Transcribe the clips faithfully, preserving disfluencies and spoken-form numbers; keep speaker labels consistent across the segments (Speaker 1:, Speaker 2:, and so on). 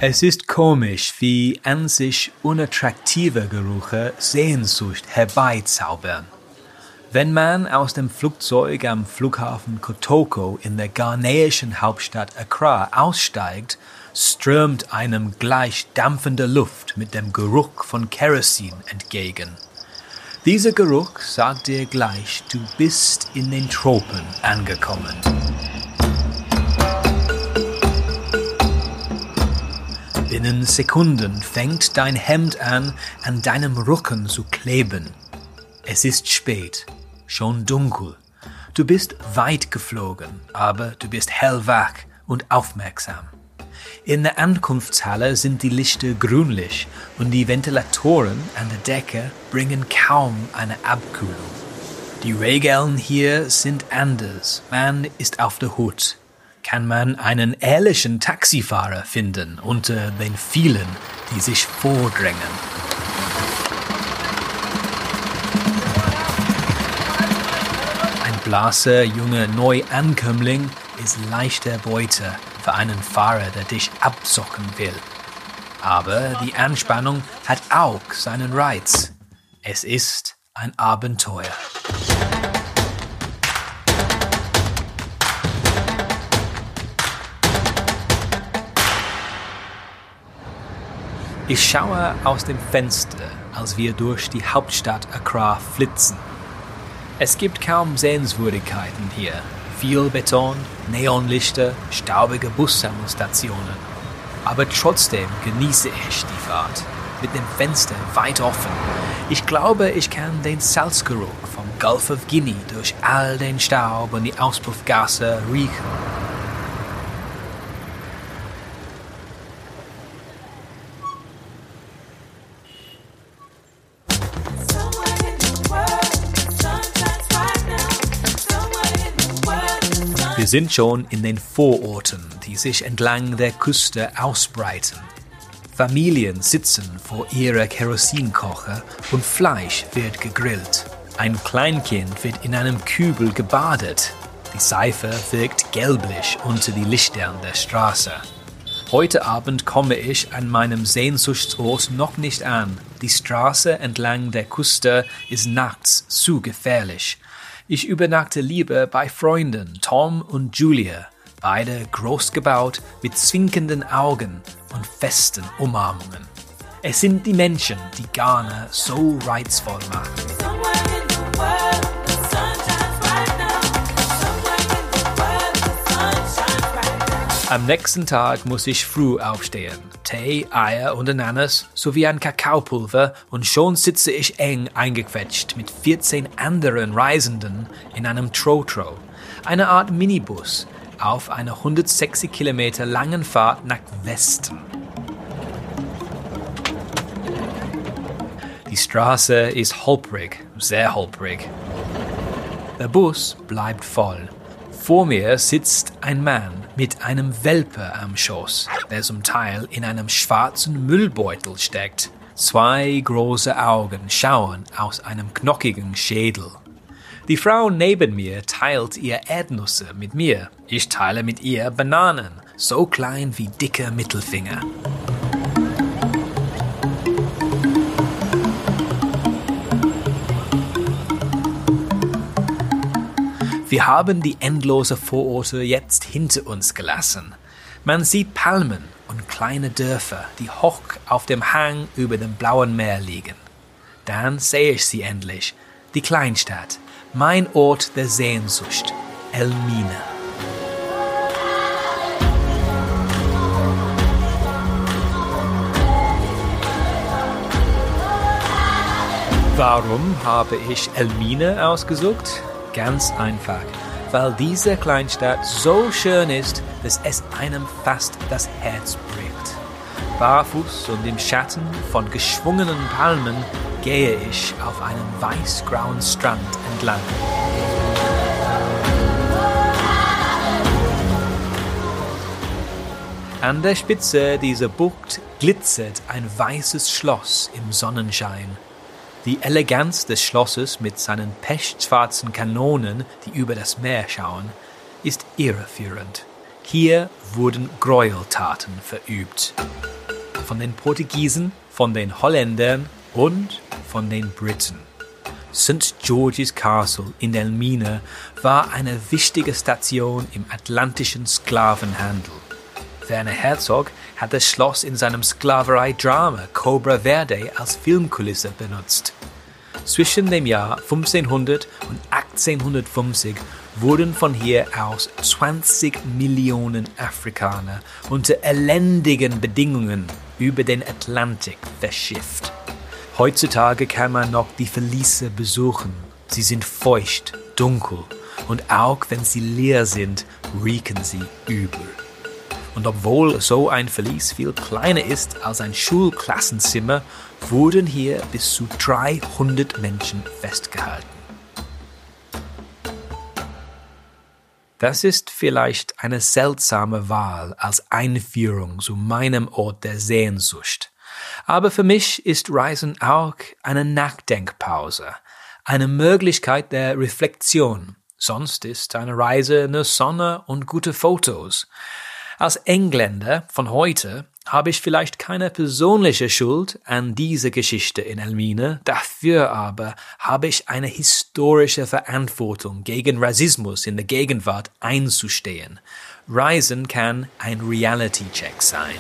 Speaker 1: Es ist komisch, wie an sich unattraktive Gerüche Sehnsucht herbeizaubern. Wenn man aus dem Flugzeug am Flughafen Kotoko in der ghanesischen Hauptstadt Accra aussteigt, strömt einem gleich dampfende Luft mit dem Geruch von Kerosin entgegen. Dieser Geruch sagt dir gleich, du bist in den Tropen angekommen. Binnen Sekunden fängt dein Hemd an, an deinem Rücken zu kleben. Es ist spät, schon dunkel. Du bist weit geflogen, aber du bist hellwach und aufmerksam. In der Ankunftshalle sind die Lichter grünlich und die Ventilatoren an der Decke bringen kaum eine Abkühlung. Die Regeln hier sind anders, man ist auf der Hut. Kann man einen ehrlichen Taxifahrer finden unter den vielen, die sich vordrängen. Ein blasser junger Neuankömmling ist leichter Beute für einen Fahrer, der dich abzocken will. Aber die Anspannung hat auch seinen Reiz. Es ist ein Abenteuer. Ich schaue aus dem Fenster, als wir durch die Hauptstadt Accra flitzen. Es gibt kaum Sehenswürdigkeiten hier. Viel Beton, Neonlichter, staubige Busstationen. Aber trotzdem genieße ich die Fahrt. Mit dem Fenster weit offen. Ich glaube, ich kann den Salzgeruch vom Gulf of Guinea durch all den Staub und die Auspuffgase riechen. Wir sind schon in den Vororten, die sich entlang der Küste ausbreiten. Familien sitzen vor ihrer Kerosinkocher und Fleisch wird gegrillt. Ein Kleinkind wird in einem Kübel gebadet. Die Seife wirkt gelblich unter die Lichtern der Straße. Heute Abend komme ich an meinem Sehnsuchtsort noch nicht an. Die Straße entlang der Küste ist nachts zu gefährlich. Ich übernachte lieber bei Freunden Tom und Julia, beide groß gebaut, mit zwinkenden Augen und festen Umarmungen. Es sind die Menschen, die Ghana so reizvoll machen. Am nächsten Tag muss ich früh aufstehen. Tee, Eier und Ananas sowie ein Kakaopulver und schon sitze ich eng eingequetscht mit vierzehn anderen Reisenden in einem Trotro, eine Art Minibus, auf einer hundertsechzig Kilometer langen Fahrt nach Westen. Die Straße ist holprig, sehr holprig. Der Bus bleibt voll. Vor mir sitzt ein Mann mit einem Welpe am Schoß, der zum Teil in einem schwarzen Müllbeutel steckt. Zwei große Augen schauen aus einem knockigen Schädel. Die Frau neben mir teilt ihr Erdnüsse mit mir. Ich teile mit ihr Bananen, so klein wie dicke Mittelfinger. Wir haben die endlose Vororte jetzt hinter uns gelassen. Man sieht Palmen und kleine Dörfer, die hoch auf dem Hang über dem blauen Meer liegen. Dann sehe ich sie endlich, die Kleinstadt, mein Ort der Sehnsucht, Elmina. Warum habe ich Elmina ausgesucht? Ganz einfach, weil diese Kleinstadt so schön ist, dass es einem fast das Herz bricht. Barfuß und im Schatten von geschwungenen Palmen gehe ich auf einem weißgrauen Strand entlang. An der Spitze dieser Bucht glitzert ein weißes Schloss im Sonnenschein. Die Eleganz des Schlosses mit seinen pechschwarzen Kanonen, die über das Meer schauen, ist irreführend. Hier wurden Gräueltaten verübt. Von den Portugiesen, von den Holländern und von den Briten. Sankt George's Castle in Elmina war eine wichtige Station im atlantischen Sklavenhandel. Werner Herzog hat das Schloss in seinem Sklaverei-Drama Cobra Verde als Filmkulisse benutzt. Zwischen dem Jahr fünfzehnhundert und achtzehnhundertfünfzig wurden von hier aus zwanzig Millionen Afrikaner unter elendigen Bedingungen über den Atlantik verschifft. Heutzutage kann man noch die Verliese besuchen. Sie sind feucht, dunkel und auch wenn sie leer sind, riechen sie übel. Und obwohl so ein Verlies viel kleiner ist als ein Schulklassenzimmer, wurden hier bis zu dreihundert Menschen festgehalten. Das ist vielleicht eine seltsame Wahl als Einführung zu meinem Ort der Sehnsucht. Aber für mich ist Reisen auch eine Nachdenkpause, eine Möglichkeit der Reflexion. Sonst ist eine Reise nur Sonne und gute Fotos. Als Engländer von heute habe ich vielleicht keine persönliche Schuld an dieser Geschichte in Elmina, dafür aber habe ich eine historische Verantwortung, gegen Rassismus in der Gegenwart einzustehen. Reisen kann ein Reality-Check sein.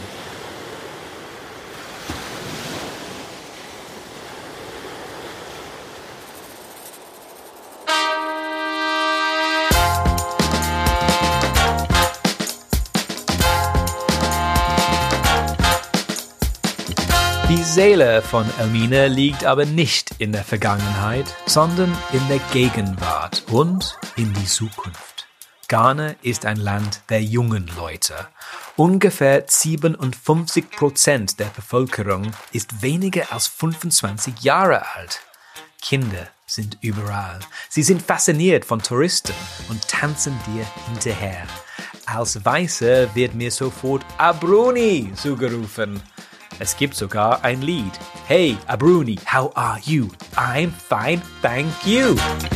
Speaker 1: Die Seele von Elmina liegt aber nicht in der Vergangenheit, sondern in der Gegenwart und in die Zukunft. Ghana ist ein Land der jungen Leute. Ungefähr siebenundfünfzig Prozent der Bevölkerung ist weniger als fünfundzwanzig Jahre alt. Kinder sind überall. Sie sind fasziniert von Touristen und tanzen dir hinterher. Als Weißer wird mir sofort Abruni zugerufen. Es gibt sogar ein Lied. Hey, Abruni, how are you? I'm fine, thank you.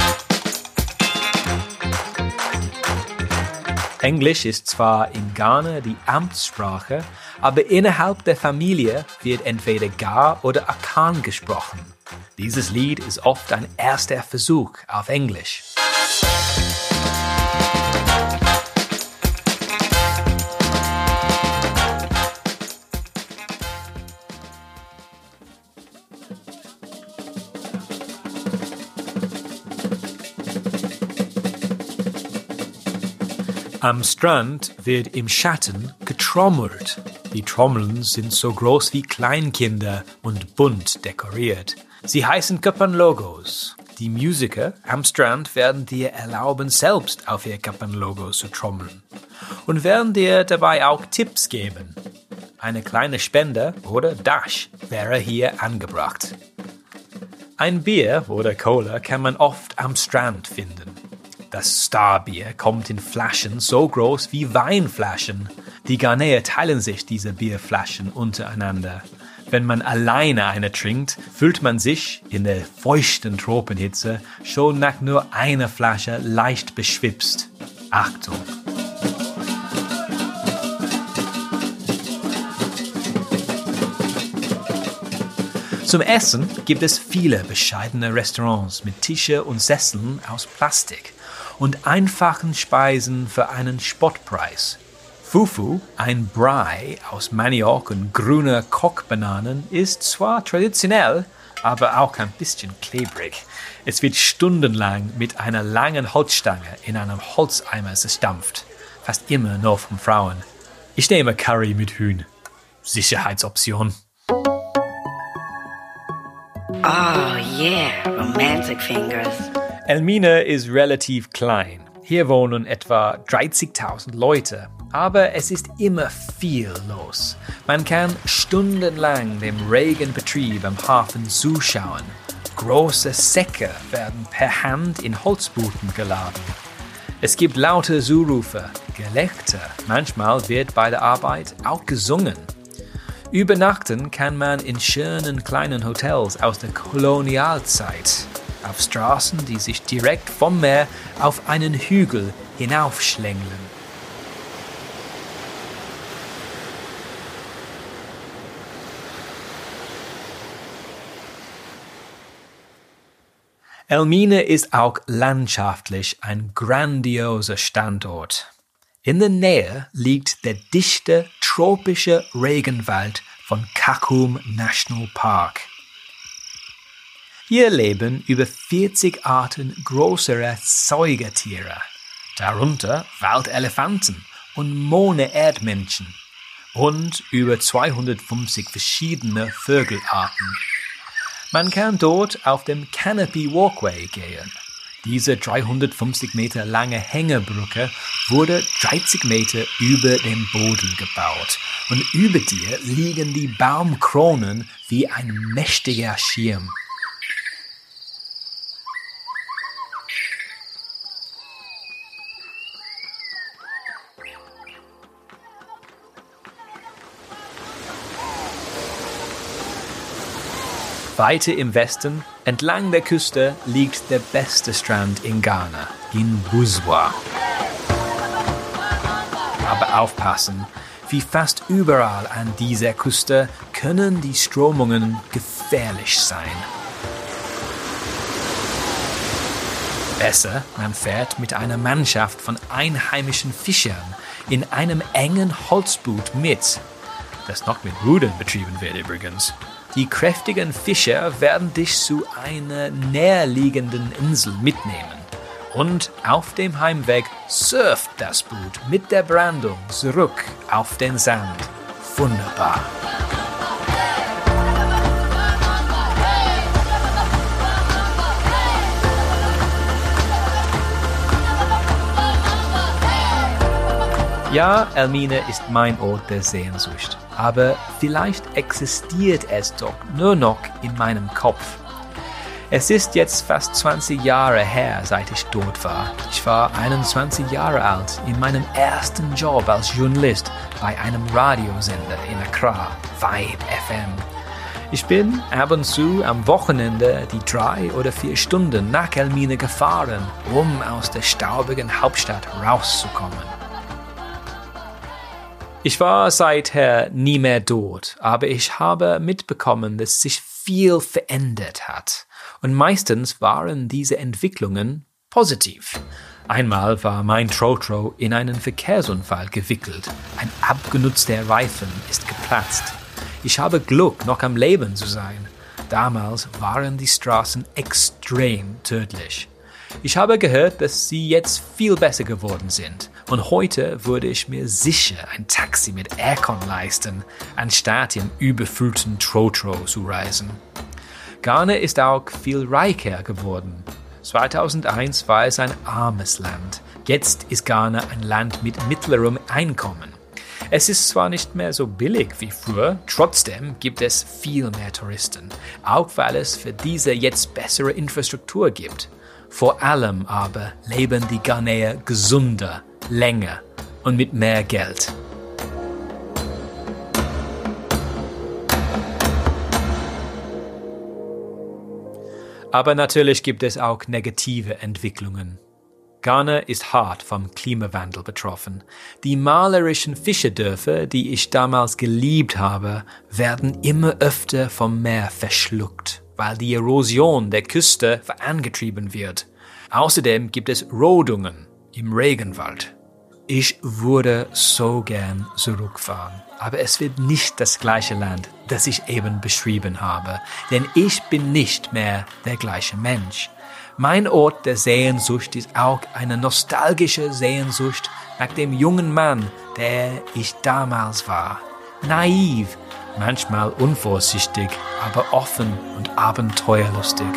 Speaker 1: Englisch ist zwar in Ghana die Amtssprache, aber innerhalb der Familie wird entweder Ga oder Akan gesprochen. Dieses Lied ist oft ein erster Versuch auf Englisch. Am Strand wird im Schatten getrommelt. Die Trommeln sind so groß wie Kleinkinder und bunt dekoriert. Sie heißen Kapan-Logos. Die Musiker am Strand werden dir erlauben, selbst auf ihr Kapan-Logo zu trommeln. Und werden dir dabei auch Tipps geben. Eine kleine Spende oder Dash wäre hier angebracht. Ein Bier oder Cola kann man oft am Strand finden. Das Starbier kommt in Flaschen so groß wie Weinflaschen. Die Ghanäer teilen sich diese Bierflaschen untereinander. Wenn man alleine eine trinkt, fühlt man sich in der feuchten Tropenhitze schon nach nur einer Flasche leicht beschwipst. Achtung! Zum Essen gibt es viele bescheidene Restaurants mit Tische und Sesseln aus Plastik und einfachen Speisen für einen Spottpreis. Fufu, ein Brei aus Maniok und grüner Kochbananen, ist zwar traditionell, aber auch ein bisschen klebrig. Es wird stundenlang mit einer langen Holzstange in einem Holzeimer zerstampft. Fast immer nur von Frauen. Ich nehme Curry mit Hühn. Sicherheitsoption.
Speaker 2: Oh yeah, romantic fingers.
Speaker 1: Elmina ist relativ klein. Hier wohnen etwa dreißigtausend Leute. Aber es ist immer viel los. Man kann stundenlang dem regen Betrieb am Hafen zuschauen. Große Säcke werden per Hand in Holzbooten geladen. Es gibt laute Zurufe, Gelächter. Manchmal wird bei der Arbeit auch gesungen. Übernachten kann man in schönen kleinen Hotels aus der Kolonialzeit, auf Straßen, die sich direkt vom Meer auf einen Hügel hinaufschlängeln. Elmina ist auch landschaftlich ein grandioser Standort. In der Nähe liegt der dichte tropische Regenwald von Kakum National Park. Hier leben über vierzig Arten größerer Säugetiere, darunter Waldelefanten und Mone-Erdmännchen und über zweihundertfünfzig verschiedene Vögelarten. Man kann dort auf dem Canopy Walkway gehen. Diese dreihundertfünfzig Meter lange Hängebrücke wurde dreißig Meter über dem Boden gebaut und über dir liegen die Baumkronen wie ein mächtiger Schirm. Weiter im Westen, entlang der Küste, liegt der beste Strand in Ghana, in Buswa. Aber aufpassen, wie fast überall an dieser Küste können die Strömungen gefährlich sein. Besser, man fährt mit einer Mannschaft von einheimischen Fischern in einem engen Holzboot mit, das noch mit Rudern betrieben wird übrigens. Die kräftigen Fischer werden dich zu einer näherliegenden Insel mitnehmen. Und auf dem Heimweg surft das Boot mit der Brandung zurück auf den Sand. Wunderbar. Ja, Elmina ist mein Ort der Sehnsucht. Aber vielleicht existiert es doch nur noch in meinem Kopf. Es ist jetzt fast zwanzig Jahre her, seit ich dort war. Ich war einundzwanzig Jahre alt, in meinem ersten Job als Journalist bei einem Radiosender in Accra, Vibe F M. Ich bin ab und zu am Wochenende die drei oder vier Stunden nach Elmina gefahren, um aus der staubigen Hauptstadt rauszukommen. Ich war seither nie mehr dort, aber ich habe mitbekommen, dass sich viel verändert hat. Und meistens waren diese Entwicklungen positiv. Einmal war mein Trotro in einen Verkehrsunfall gewickelt. Ein abgenutzter Reifen ist geplatzt. Ich habe Glück, noch am Leben zu sein. Damals waren die Straßen extrem tödlich. Ich habe gehört, dass sie jetzt viel besser geworden sind. Und heute würde ich mir sicher ein Taxi mit Aircon leisten, anstatt im überfüllten Trotro zu reisen. Ghana ist auch viel reicher geworden. zweitausendeins war es ein armes Land. Jetzt ist Ghana ein Land mit mittlerem Einkommen. Es ist zwar nicht mehr so billig wie früher, trotzdem gibt es viel mehr Touristen, auch weil es für diese jetzt bessere Infrastruktur gibt. Vor allem aber leben die Ghanäer gesünder, länger und mit mehr Geld. Aber natürlich gibt es auch negative Entwicklungen. Ghana ist hart vom Klimawandel betroffen. Die malerischen Fischerdörfer, die ich damals geliebt habe, werden immer öfter vom Meer verschluckt, weil die Erosion der Küste vorangetrieben wird. Außerdem gibt es Rodungen im Regenwald. Ich würde so gern zurückfahren, aber es wird nicht das gleiche Land, das ich eben beschrieben habe, denn ich bin nicht mehr der gleiche Mensch. Mein Ort der Sehnsucht ist auch eine nostalgische Sehnsucht nach dem jungen Mann, der ich damals war. Naiv, manchmal unvorsichtig, aber offen und abenteuerlustig.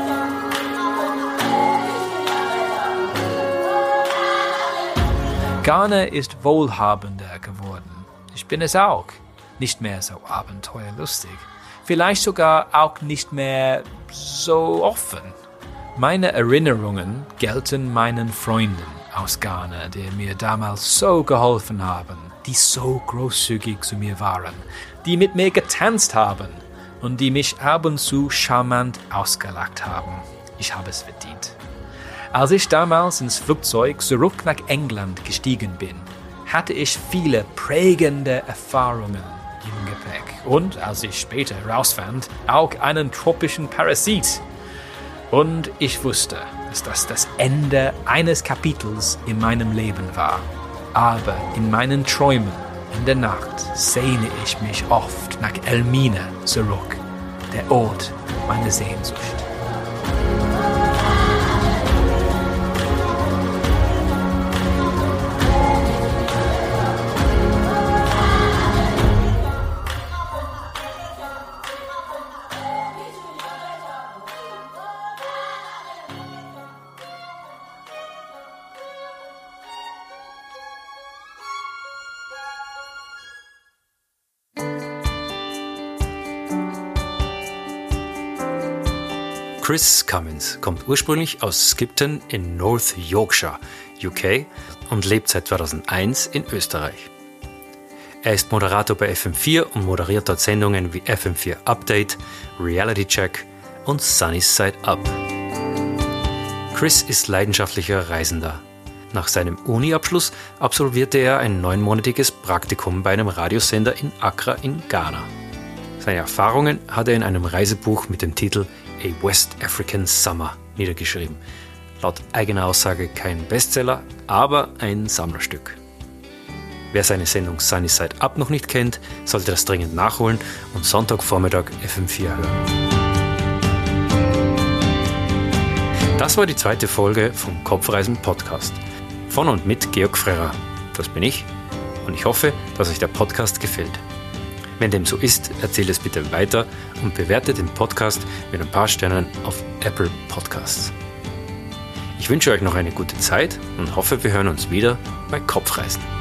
Speaker 1: Ghana ist wohlhabender geworden. Ich bin es auch. Nicht mehr so abenteuerlustig. Vielleicht sogar auch nicht mehr so offen. Meine Erinnerungen gelten meinen Freunden aus Ghana, die mir damals so geholfen haben, die so großzügig zu mir waren, die mit mir getanzt haben und die mich ab und zu charmant ausgelacht haben. Ich habe es verdient. Als ich damals ins Flugzeug zurück nach England gestiegen bin, hatte ich viele prägende Erfahrungen im Gepäck und, als ich später herausfand, auch einen tropischen Parasit. Und ich wusste, dass das das Ende eines Kapitels in meinem Leben war. Aber in meinen Träumen in der Nacht sehne ich mich oft nach Elmina zurück, der Ort meiner Sehnsucht.
Speaker 3: Chris Cummins kommt ursprünglich aus Skipton in North Yorkshire, U K, und lebt seit zweitausendeins in Österreich. Er ist Moderator bei F M vier und moderiert dort Sendungen wie F M vier Update, Reality Check und Sunny Side Up. Chris ist leidenschaftlicher Reisender. Nach seinem Uni-Abschluss absolvierte er ein neunmonatiges Praktikum bei einem Radiosender in Accra in Ghana. Seine Erfahrungen hat er in einem Reisebuch mit dem Titel A West African Summer niedergeschrieben. Laut eigener Aussage kein Bestseller, aber ein Sammlerstück. Wer seine Sendung Sunny Side Up noch nicht kennt, sollte das dringend nachholen und Sonntagvormittag F M vier hören. Das war die zweite Folge vom Kopfreisen Podcast. Von und mit Georg Frerer. Das bin ich und ich hoffe, dass euch der Podcast gefällt. Wenn dem so ist, erzählt es bitte weiter und bewertet den Podcast mit ein paar Sternen auf Apple Podcasts. Ich wünsche euch noch eine gute Zeit und hoffe, wir hören uns wieder bei Kopfreisen.